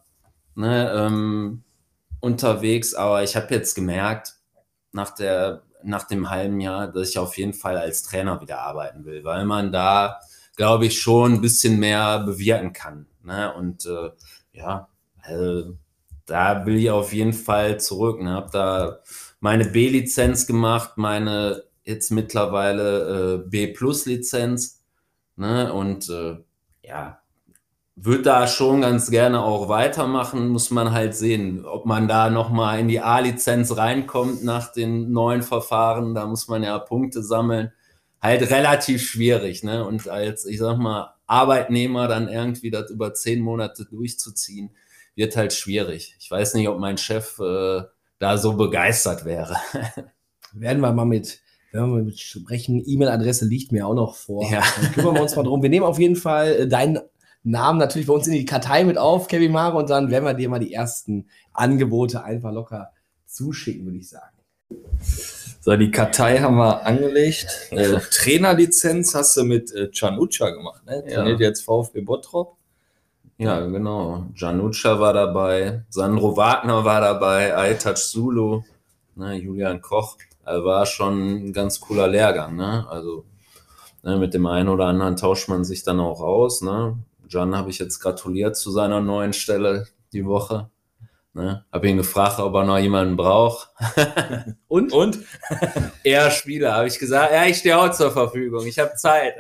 unterwegs, aber ich habe jetzt gemerkt, nach dem halben Jahr, dass ich auf jeden Fall als Trainer wieder arbeiten will, weil man da, glaube ich, schon ein bisschen mehr bewirken kann. Ne? Und ja, also da will ich auf jeden Fall zurück. Ne? Habe da meine B-Lizenz gemacht, meine jetzt mittlerweile B-Plus-Lizenz. Ne? Und ja, würde da schon ganz gerne auch weitermachen, muss man halt sehen, ob man da nochmal in die A-Lizenz reinkommt nach den neuen Verfahren. Da muss man ja Punkte sammeln. halt relativ schwierig, ne? Und als, ich sag mal, Arbeitnehmer dann irgendwie das über 10 Monate durchzuziehen, wird halt schwierig. Ich weiß nicht, ob mein Chef da so begeistert wäre. Werden wir mal wenn wir mit sprechen, E-Mail-Adresse liegt mir auch noch vor. Ja. Dann kümmern wir uns mal drum. Wir nehmen auf jeden Fall deinen Namen natürlich bei uns in die Kartei mit auf, Kevin Mare, und dann werden wir dir mal die ersten Angebote einfach locker zuschicken, würde ich sagen. So, die Kartei haben wir angelegt. Trainerlizenz hast du mit Can Uca gemacht, ne? Ja. Trainiert jetzt VfB Bottrop. Ja, genau. Januccia war dabei, Sandro Wagner war dabei, Aytac Zulu, ne, Julian Koch. Also war schon ein ganz cooler Lehrgang, ne? Also ne, mit dem einen oder anderen tauscht man sich dann auch aus, ne? Can habe ich jetzt gratuliert zu seiner neuen Stelle die Woche. Ne? Habe ihn gefragt, ob er noch jemanden braucht. Und? Er Spieler, habe ich gesagt, ja, ich stehe auch zur Verfügung, ich habe Zeit.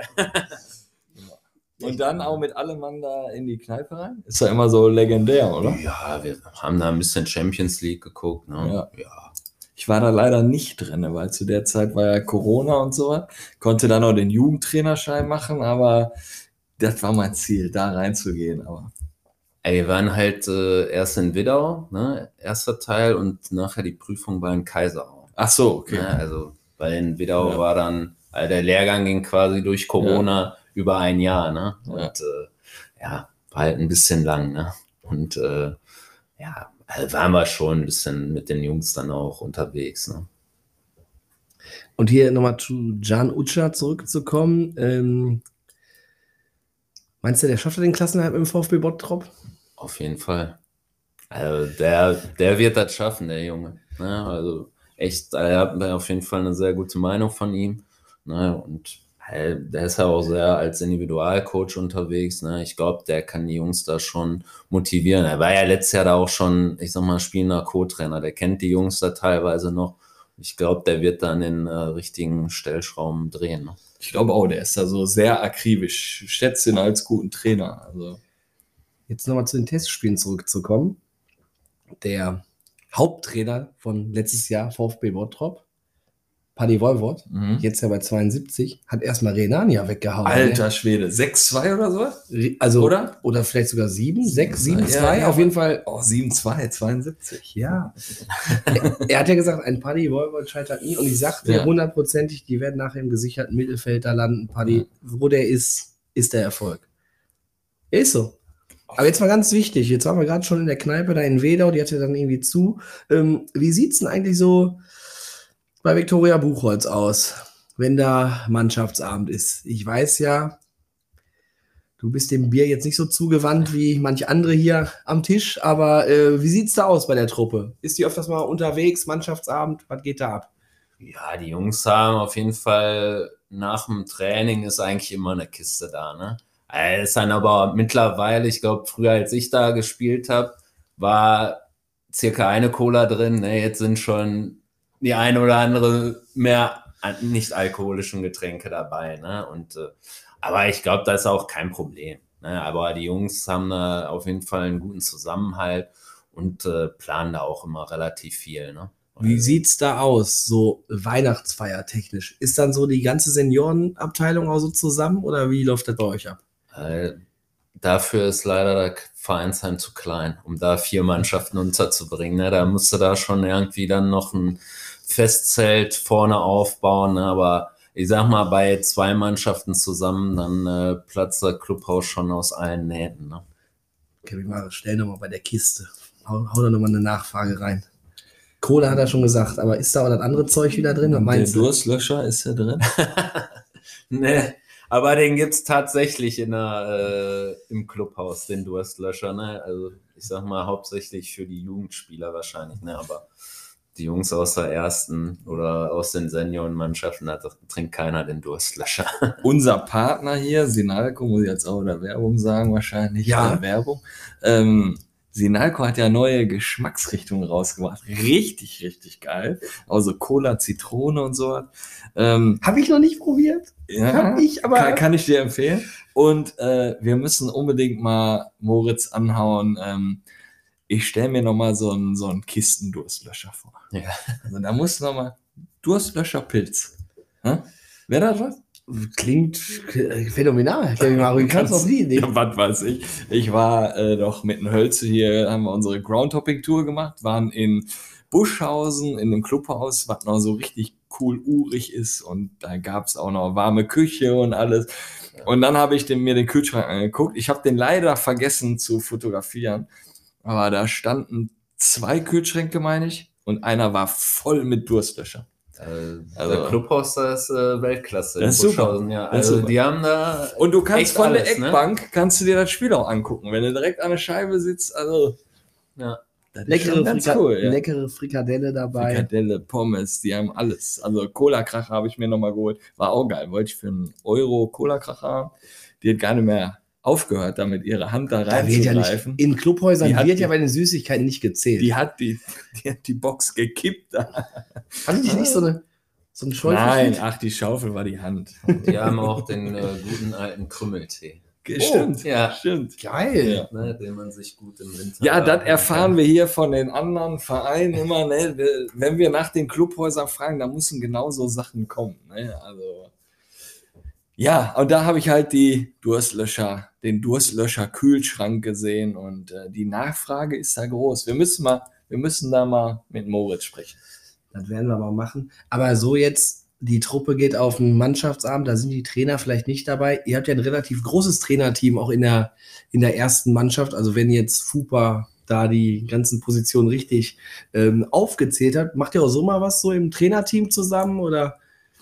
Und dann auch mit allem Mann da in die Kneipe rein? Ist ja immer so legendär, oder? Ja, wir haben da ein bisschen Champions League geguckt. Ne? Ja. Ich war da leider nicht drin, weil zu der Zeit war ja Corona und so was. Konnte dann auch den Jugendtrainerschein machen, aber das war mein Ziel, da reinzugehen. Aber Ey, wir waren halt erst in Widdau, ne, erster Teil, und nachher die Prüfung bei in Kaiserau. ach so, okay. Ne, also, weil in Widdau Ja. war dann, also der Lehrgang ging quasi durch Corona über ein Jahr, ne? Ja. Und war halt ein bisschen lang, ne? Und also waren wir schon ein bisschen mit den Jungs dann auch unterwegs, ne? Und hier nochmal zu Can Uca zurückzukommen. Meinst du, der schafft den Klassenerhalt im VfB Bottrop? Auf jeden Fall. Also der wird das schaffen, der Junge. Ne? Also echt, er hat auf jeden Fall eine sehr gute Meinung von ihm. Ne? Und der ist ja auch sehr als Individualcoach unterwegs. Ne? Ich glaube, der kann die Jungs da schon motivieren. Er war ja letztes Jahr da auch schon, ich sag mal, spielender Co-Trainer. Der kennt die Jungs da teilweise noch. Ich glaube, der wird dann den richtigen Stellschrauben drehen. Ne? Ich glaube auch, der ist da so sehr akribisch. Ich schätze ihn als guten Trainer. Also. Jetzt nochmal zu den Testspielen zurückzukommen. Der Haupttrainer von letztes Jahr, VfB Bottrop, Paddy Voivod, jetzt ja bei 72, hat erstmal Renania weggehauen. Alter Schwede, 6-2 oder so? Ne? Also, Oder? oder vielleicht sogar 6, 7-2, Ja, auf jeden Fall. Oh, 7-2, 72. Ja. Er hat ja gesagt, ein Paddy Voivod scheitert nie. Und ich sagte Ja. 100%, die werden nachher im gesicherten Mittelfeld da landen. Paddy, wo der ist der Erfolg. Ist so. Aber jetzt mal ganz wichtig, jetzt waren wir gerade schon in der Kneipe da in Wedau, die hatte dann irgendwie zu. Wie sieht's denn eigentlich so bei Viktoria Buchholz aus, wenn da Mannschaftsabend ist? Ich weiß ja, du bist dem Bier jetzt nicht so zugewandt wie manche andere hier am Tisch, aber wie sieht's da aus bei der Truppe? Ist die öfters mal unterwegs, Mannschaftsabend, was geht da ab? Ja, die Jungs haben auf jeden Fall nach dem Training ist eigentlich immer eine Kiste da, ne? Ist dann aber mittlerweile, ich glaube, früher als ich da gespielt habe, war circa eine Cola drin. Ne? Jetzt sind schon die eine oder andere mehr nicht alkoholischen Getränke dabei. Ne? Und aber ich glaube, das ist auch kein Problem. Ne? Aber die Jungs haben da auf jeden Fall einen guten Zusammenhalt und planen da auch immer relativ viel. Ne? Wie sieht's da aus, so Weihnachtsfeier technisch? Ist dann so die ganze Seniorenabteilung auch so zusammen oder wie läuft das bei euch ab? Dafür ist leider der Vereinsheim zu klein, um da 4 Mannschaften unterzubringen. Ne? Da musst du da schon irgendwie dann noch ein Festzelt vorne aufbauen. Ne? Aber ich sag mal, bei 2 Mannschaften zusammen, dann platzt der Clubhaus schon aus allen Nähten. Ne? Kevin Mare, stell nochmal bei der Kiste. Hau da nochmal eine Nachfrage rein. Cola hat er schon gesagt, aber ist da auch das andere Zeug wieder drin? Was Der meinst du? Durstlöscher ist ja drin. Ne, aber den gibt's tatsächlich im Clubhaus, den Durstlöscher. Ne? Also ich sag mal hauptsächlich für die Jugendspieler wahrscheinlich. Ne? Aber die Jungs aus der ersten oder aus den Seniorenmannschaften, da trinkt keiner den Durstlöscher. Unser Partner hier, Sinalco, muss ich jetzt auch in der Werbung sagen wahrscheinlich. Ja. Werbung. Sinalco hat ja neue Geschmacksrichtungen rausgebracht. Richtig, richtig geil. Also Cola, Zitrone und so. Habe ich noch nicht probiert. Ja, Hab ich, aber- kann ich dir empfehlen. Und wir müssen unbedingt mal Moritz anhauen. Ich stelle mir nochmal so einen Kistendurstlöscher vor. Ja. Also da muss nochmal Durstlöscher Pilz. Wäre das was? Klingt phänomenal. Kevin Mario, wie kannst du auf die Idee? Ja, was weiß ich. Ich war doch mit einem Hölze hier, haben wir unsere Groundhopping-Tour gemacht, waren in Buschhausen in einem Clubhaus, was noch so richtig cool urig ist und da gab es auch noch warme Küche und alles. Und dann habe ich mir den Kühlschrank angeguckt. Ich habe den leider vergessen zu fotografieren, aber da standen 2 Kühlschränke, meine ich, und einer war voll mit Durstlöcher. Der Clubhaus, da ist Weltklasse. Das ist in super. Buschhausen, ja. Das ist Also super. die haben da Und du kannst echt von alles, der Eckbank, kannst du dir das Spiel auch angucken, wenn du direkt an der Scheibe sitzt. Also, Ne? Ja. das ist schon ganz cool. Ja. Leckere Frikadelle dabei. Frikadelle, Pommes, die haben alles. Also Cola-Kracher habe ich mir nochmal geholt. War auch geil. Wollte ich für einen Euro Cola-Kracher haben. Die hat gar nicht mehr aufgehört, damit ihre Hand da Da wird ja nicht, reinzugreifen. in Clubhäusern Die hat wird die- ja bei den Süßigkeiten nicht gezählt. Die hat die Box gekippt. Hatte die nicht so einen Schäufel? Nein, ach, die Schaufel war die Hand. Die haben auch den guten alten Krümmeltee. Stimmt, ja. stimmt. Geil. Ja. Ne, den man sich gut im Winter. Ja, das erfahren wir hier von den anderen Vereinen immer, ne? Wenn wir nach den Clubhäusern fragen, da müssen genau so Sachen kommen. Ne? Also, ja, und da habe ich halt den Durstlöscher-Kühlschrank gesehen und die Nachfrage ist da groß. Wir müssen da mal mit Moritz sprechen. Das werden wir mal machen. Aber so jetzt, die Truppe geht auf einen Mannschaftsabend, da sind die Trainer vielleicht nicht dabei. Ihr habt ja ein relativ großes Trainerteam auch in der ersten Mannschaft. Also wenn jetzt Fupa da die ganzen Positionen richtig aufgezählt hat, macht ihr auch so mal was so im Trainerteam zusammen oder?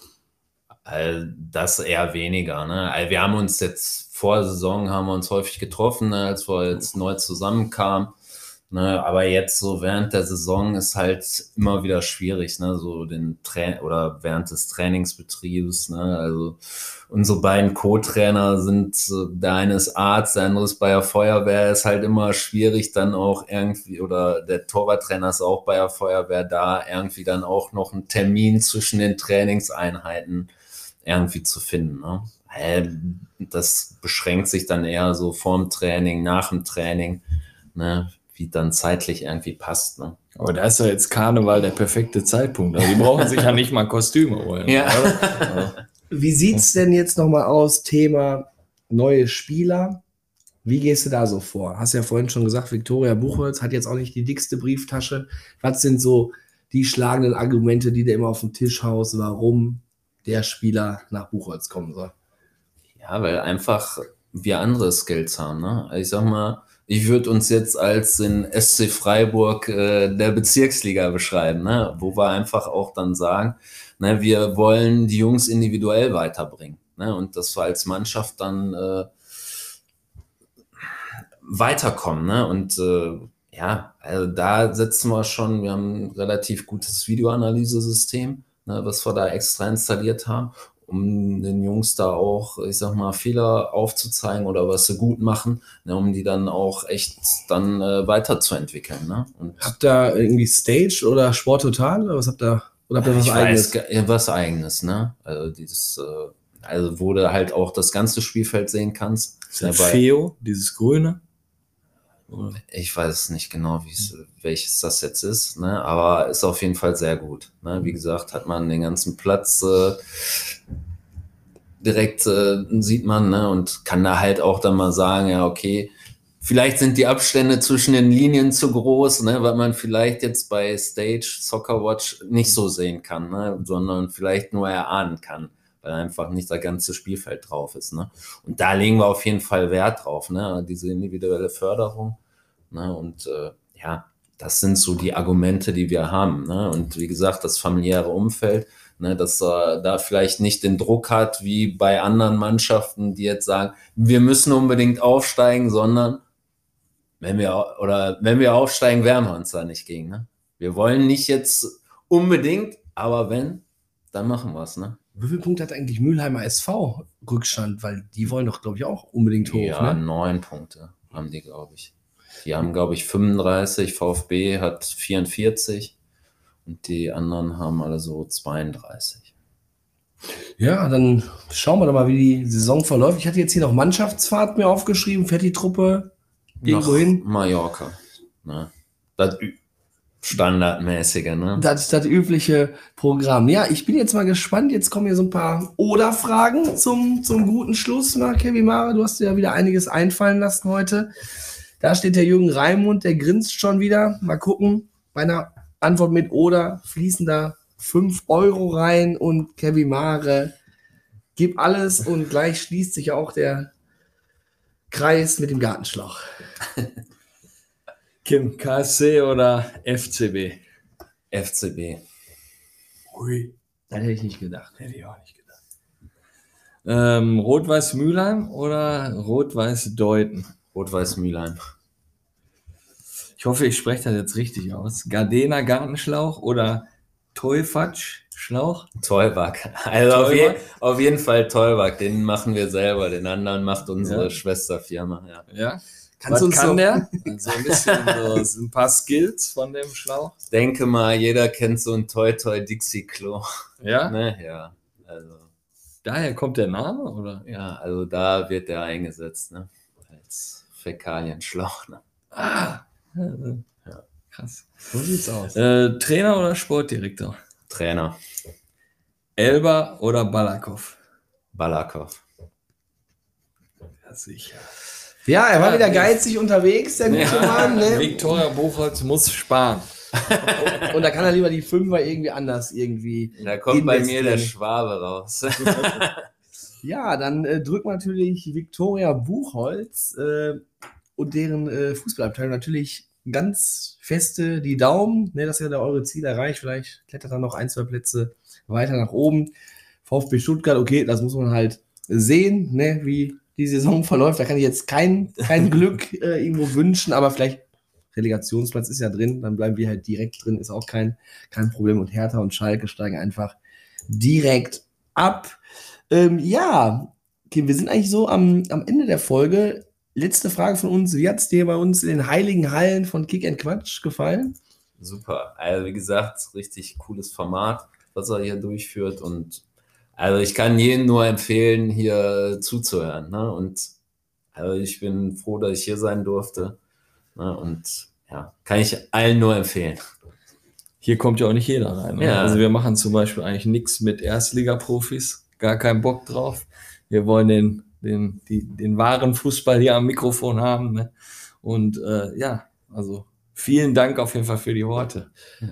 Das eher weniger. Ne? Also wir haben uns jetzt vor der Saison haben wir uns häufig getroffen, ne, als wir jetzt neu zusammenkamen. Ne, aber jetzt so während der Saison ist halt immer wieder schwierig, ne, so oder während des Trainingsbetriebs, ne, also unsere beiden Co-Trainer sind, der eine ist Arzt, der andere ist bei der Feuerwehr, ist halt immer schwierig dann auch irgendwie, oder der Torwarttrainer ist auch bei der Feuerwehr da, irgendwie dann auch noch einen Termin zwischen den Trainingseinheiten irgendwie zu finden, ne. Das beschränkt sich dann eher so vorm Training, nach dem Training, ne, wie dann zeitlich irgendwie passt. Ne? Aber da ist doch jetzt Karneval der perfekte Zeitpunkt. Also die brauchen sich ja nicht mal Kostüme holen. Ja. Oder? Wie sieht's denn jetzt nochmal aus, Thema neue Spieler? Wie gehst du da so vor? Hast ja vorhin schon gesagt, Viktoria Buchholz hat jetzt auch nicht die dickste Brieftasche. Was sind so die schlagenden Argumente, die du immer auf den Tisch haust, warum der Spieler nach Buchholz kommen soll? Ja, weil einfach wir andere Skills haben. Ne? Ich sag mal, ich würde uns jetzt als den SC Freiburg der Bezirksliga beschreiben, ne? Wo wir einfach auch dann sagen, ne, wir wollen die Jungs individuell weiterbringen, ne? Und dass wir als Mannschaft dann weiterkommen. Ne? Und ja, also da setzen wir schon, wir haben ein relativ gutes Videoanalyse-System, ne, was wir da extra installiert haben, um den Jungs da auch, ich sag mal, Fehler aufzuzeigen oder was sie gut machen, ne, um die dann auch echt dann weiterzuentwickeln. Ne? Und Habt ihr irgendwie Stage oder Sport Total oder was habt ihr? Oder habt ihr was ich Eigenes? weiß, was Eigenes, ne? Also also wo du halt auch das ganze Spielfeld sehen kannst. Ist das Feo, dieses Grüne? Ich weiß es nicht genau, welches das jetzt ist, ne? Aber ist auf jeden Fall sehr gut. Ne? Wie gesagt, hat man den ganzen Platz direkt sieht man, ne? Und kann da halt auch dann mal sagen, ja, okay, vielleicht sind die Abstände zwischen den Linien zu groß, ne? Weil man vielleicht jetzt bei Stage Soccer Watch nicht so sehen kann, ne? Sondern vielleicht nur erahnen kann, weil einfach nicht das ganze Spielfeld drauf ist. Ne? Und da legen wir auf jeden Fall Wert drauf, ne? Diese individuelle Förderung. Ne? Und ja, das sind so die Argumente, die wir haben. Ne? Und wie gesagt, das familiäre Umfeld, ne? Dass er da vielleicht nicht den Druck hat, wie bei anderen Mannschaften, die jetzt sagen, wir müssen unbedingt aufsteigen, sondern wenn wir aufsteigen, wehren wir uns da nicht gegen. Ne? Wir wollen nicht jetzt unbedingt, aber wenn, dann machen wir es. Ne? Wie viele Punkte hat eigentlich Mülheimer SV Rückstand? Weil die wollen doch, glaube ich, auch unbedingt hoch. Ja, Ne? 9 Punkte haben die, glaube ich. Die haben, glaube ich, 35, VfB hat 44 und die anderen haben alle so 32. Ja, dann schauen wir doch mal, wie die Saison verläuft. Ich hatte jetzt hier noch Mannschaftsfahrt mir aufgeschrieben. Fährt die Truppe Nach irgendwo hin? Mallorca. Ne? Standardmäßige, ne? Das übliche Programm. Ja, ich bin jetzt mal gespannt. Jetzt kommen hier so ein paar Oder-Fragen zum guten Schluss. Mal, Kevin Mare, du hast dir ja wieder einiges einfallen lassen heute. Da steht der Jürgen Raimund, der grinst schon wieder. Mal gucken. Bei einer Antwort mit Oder fließen da 5 Euro rein und Kevin Mare gibt alles und gleich schließt sich auch der Kreis mit dem Gartenschlauch. Kim, KSC oder FCB? FCB. Ui, Das hätte ich nicht gedacht. hätte ich auch nicht gedacht. Rot-Weiß Mülheim oder Rot-Weiß Deuten? Rot-Weiß Mülheim. Ich hoffe, ich spreche das jetzt richtig aus. Gardena Gartenschlauch oder Teufatsch Schlauch? Teuwag. Also Teuwag? auf jeden Fall Teuwag. Den machen wir selber. Den anderen macht unsere Ja. Schwesterfirma. Ja. Ja. Kannst du uns kann so- der? So ein bisschen so ein paar Skills von dem Schlauch. Ich denke mal, jeder kennt so ein Toi-Toi-Dixie-Klo. Ja. Ne? Ja. Also, Daher kommt der Name, oder? ja, also da wird der eingesetzt, ne? Als Fäkalienschlauch. Ne? Ah. Ja. Krass. So sieht's aus. Trainer oder Sportdirektor? Trainer. Elber oder Balakow? Balakow. Ja, sicher. Ja, er war Ja, wieder nee. geizig unterwegs, der gute Mann. Ne? Viktoria Buchholz muss sparen. Und da kann er lieber die Fünfer irgendwie anders irgendwie. Da kommt bei mir der investieren. Schwabe raus. Ja, dann drückt natürlich Viktoria Buchholz und deren Fußballabteilung natürlich ganz feste die Daumen, ne, dass ihr da eure Ziele erreicht. Vielleicht klettert dann noch 1, 2 Plätze weiter nach oben. VfB Stuttgart, okay, das muss man halt sehen, ne, wie die Saison verläuft. Da kann ich jetzt kein Glück irgendwo wünschen, aber vielleicht Relegationsplatz ist ja drin, dann bleiben wir halt direkt drin, ist auch kein Problem. Und Hertha und Schalke steigen einfach direkt ab. Ja, okay, wir sind eigentlich so am Ende der Folge. Letzte Frage von uns. Wie hat es dir bei uns in den heiligen Hallen von Kick & Quatsch gefallen? Super. Also wie gesagt, richtig cooles Format, was er hier durchführt. Und also ich kann jedem nur empfehlen, hier zuzuhören. Ne? Und also ich bin froh, dass ich hier sein durfte. Ne? Und ja, kann ich allen nur empfehlen. Hier kommt ja auch nicht jeder rein. Ne? Ja. Also wir machen zum Beispiel eigentlich nichts mit Erstliga-Profis. Gar keinen Bock drauf. Wir wollen den wahren Fußball hier am Mikrofon haben. Ne? Und ja, also vielen Dank auf jeden Fall für die Worte.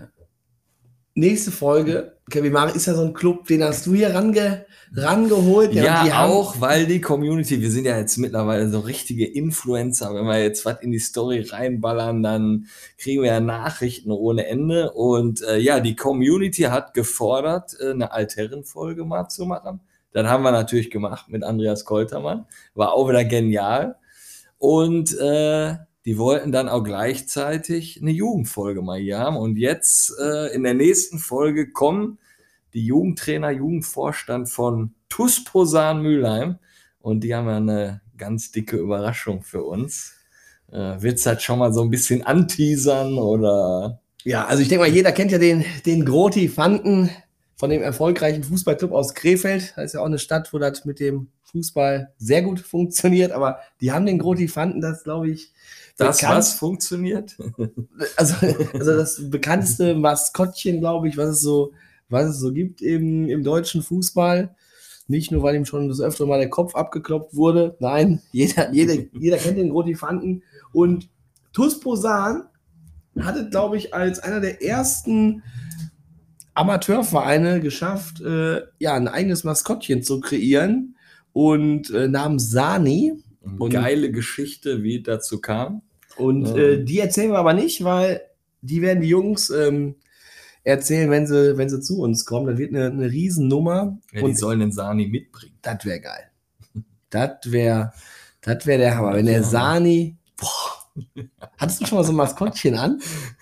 Nächste Folge. Kevin Mare ist ja so ein Club, den hast du hier rangeholt. Ja, und die haben- auch, weil die Community, wir sind ja jetzt mittlerweile so richtige Influencer. Wenn wir jetzt was in die Story reinballern, dann kriegen wir ja Nachrichten ohne Ende. Und ja, die Community hat gefordert, eine Altherren-Folge mal zu machen. Das haben wir natürlich gemacht mit Andreas Koltermann. War auch wieder genial. Und die wollten dann auch gleichzeitig eine Jugendfolge mal hier haben. Und jetzt in der nächsten Folge kommen die Jugendtrainer, Jugendvorstand von TuS Posan Mülheim. Und die haben ja eine ganz dicke Überraschung für uns. Wird's halt schon mal so ein bisschen anteasern oder? Ja, also ich denke mal, jeder kennt ja den Groti Fanten von dem erfolgreichen Fußballclub aus Krefeld. Das ist ja auch eine Stadt, wo das mit dem Fußball sehr gut funktioniert. Aber die haben den Groti Fanten, das glaube ich, Das, bekannt- was funktioniert? also das bekannteste Maskottchen, glaube ich, was es so gibt im deutschen Fußball. Nicht nur, weil ihm schon das öftere Mal der Kopf abgeklopft wurde. Nein, jeder kennt den Groti Fanten. Und TuS Posan hatte, glaube ich, als einer der ersten Amateurvereine geschafft, ja, ein eigenes Maskottchen zu kreieren. Und namens Sani. Und- Geile Geschichte, wie es dazu kam. Und die erzählen wir aber nicht, weil die werden die Jungs erzählen, wenn sie zu uns kommen. Das wird eine Riesennummer. Ja, die und sollen den Sani mitbringen. das wäre geil. Das wäre der Hammer. Wenn der Ja. Sani. Boah. Hattest du schon mal so ein Maskottchen an?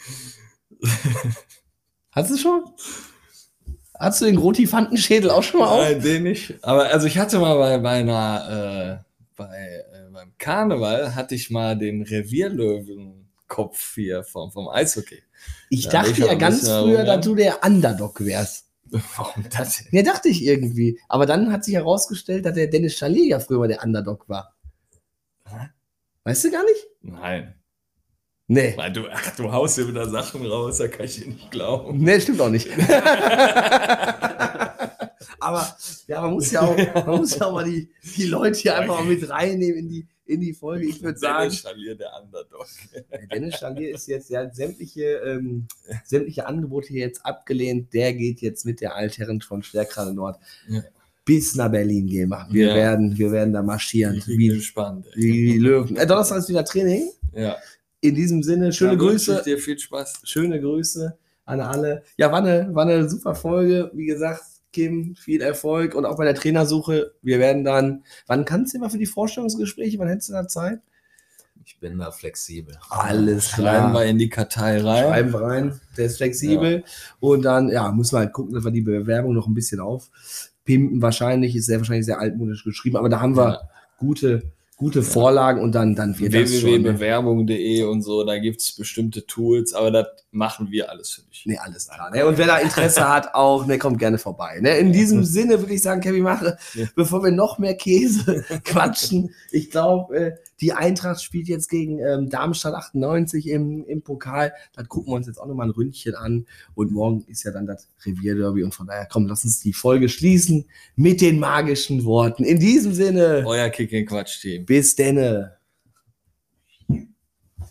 Hattest du schon? Hattest du den Grotifantenschädel auch schon mal auf? Nein, den nicht. Aber also ich hatte mal beim Karneval hatte ich mal den Revierlöwenkopf hier vom Eishockey. Ich Da dachte bin ich aber ja ein ganz bisschen früher, arrogant. dass du der Underdog wärst. Warum das denn? Ja, dachte ich irgendwie. Aber dann hat sich herausgestellt, dass der Dennis Chalier ja früher mal der Underdog war. Hä? Weißt du gar nicht? Nein. Nee. Weil du haust hier wieder Sachen raus, da kann ich dir nicht glauben. Nee, stimmt auch nicht. Aber ja, man muss ja auch mal die Leute hier einfach mal mit reinnehmen in die Folge. Ich würde sagen, Dennis Schalier, der Underdog. Dennis Schalier ist jetzt, der hat sämtliche Angebote hier jetzt abgelehnt. Der geht jetzt mit der Altherren von Stärkrade Nord bis nach Berlin gehen. Wir werden da marschieren. Ich bin gespannt. Wie Löwen. Donnerstag ist wieder Training. Ja. In diesem Sinne, schöne Grüße. Dir viel Spaß. Schöne Grüße an alle. Ja, war eine super Folge. Wie gesagt, Kim, viel Erfolg und auch bei der Trainersuche. Wir werden dann, wann kannst du immer für die Vorstellungsgespräche, wann hättest du da Zeit? Ich bin da flexibel. Alles Schreiben klar. wir in die Kartei rein. Schreiben wir rein. Der ist flexibel. Und dann, müssen wir halt gucken, dass wir die Bewerbung noch ein bisschen aufpimpen. Wahrscheinlich, ist sehr altmodisch geschrieben, aber da haben wir gute Vorlagen und dann wird das schon. www.bewerbung.de und so, da gibt es bestimmte Tools, aber das machen wir alles für dich. Nee, alles klar. Ne? Und wer da Interesse hat, auch, kommt gerne vorbei. Ne? In diesem Sinne würde ich sagen, Kevin, bevor wir noch mehr Käse quatschen, ich glaube, die Eintracht spielt jetzt gegen Darmstadt 98 im Pokal. Da gucken wir uns jetzt auch nochmal ein Ründchen an. Und morgen ist ja dann das Revierderby. Und von daher, komm, lass uns die Folge schließen mit den magischen Worten. In diesem Sinne, Euer Kick-and-Quatsch-Team. bis denne.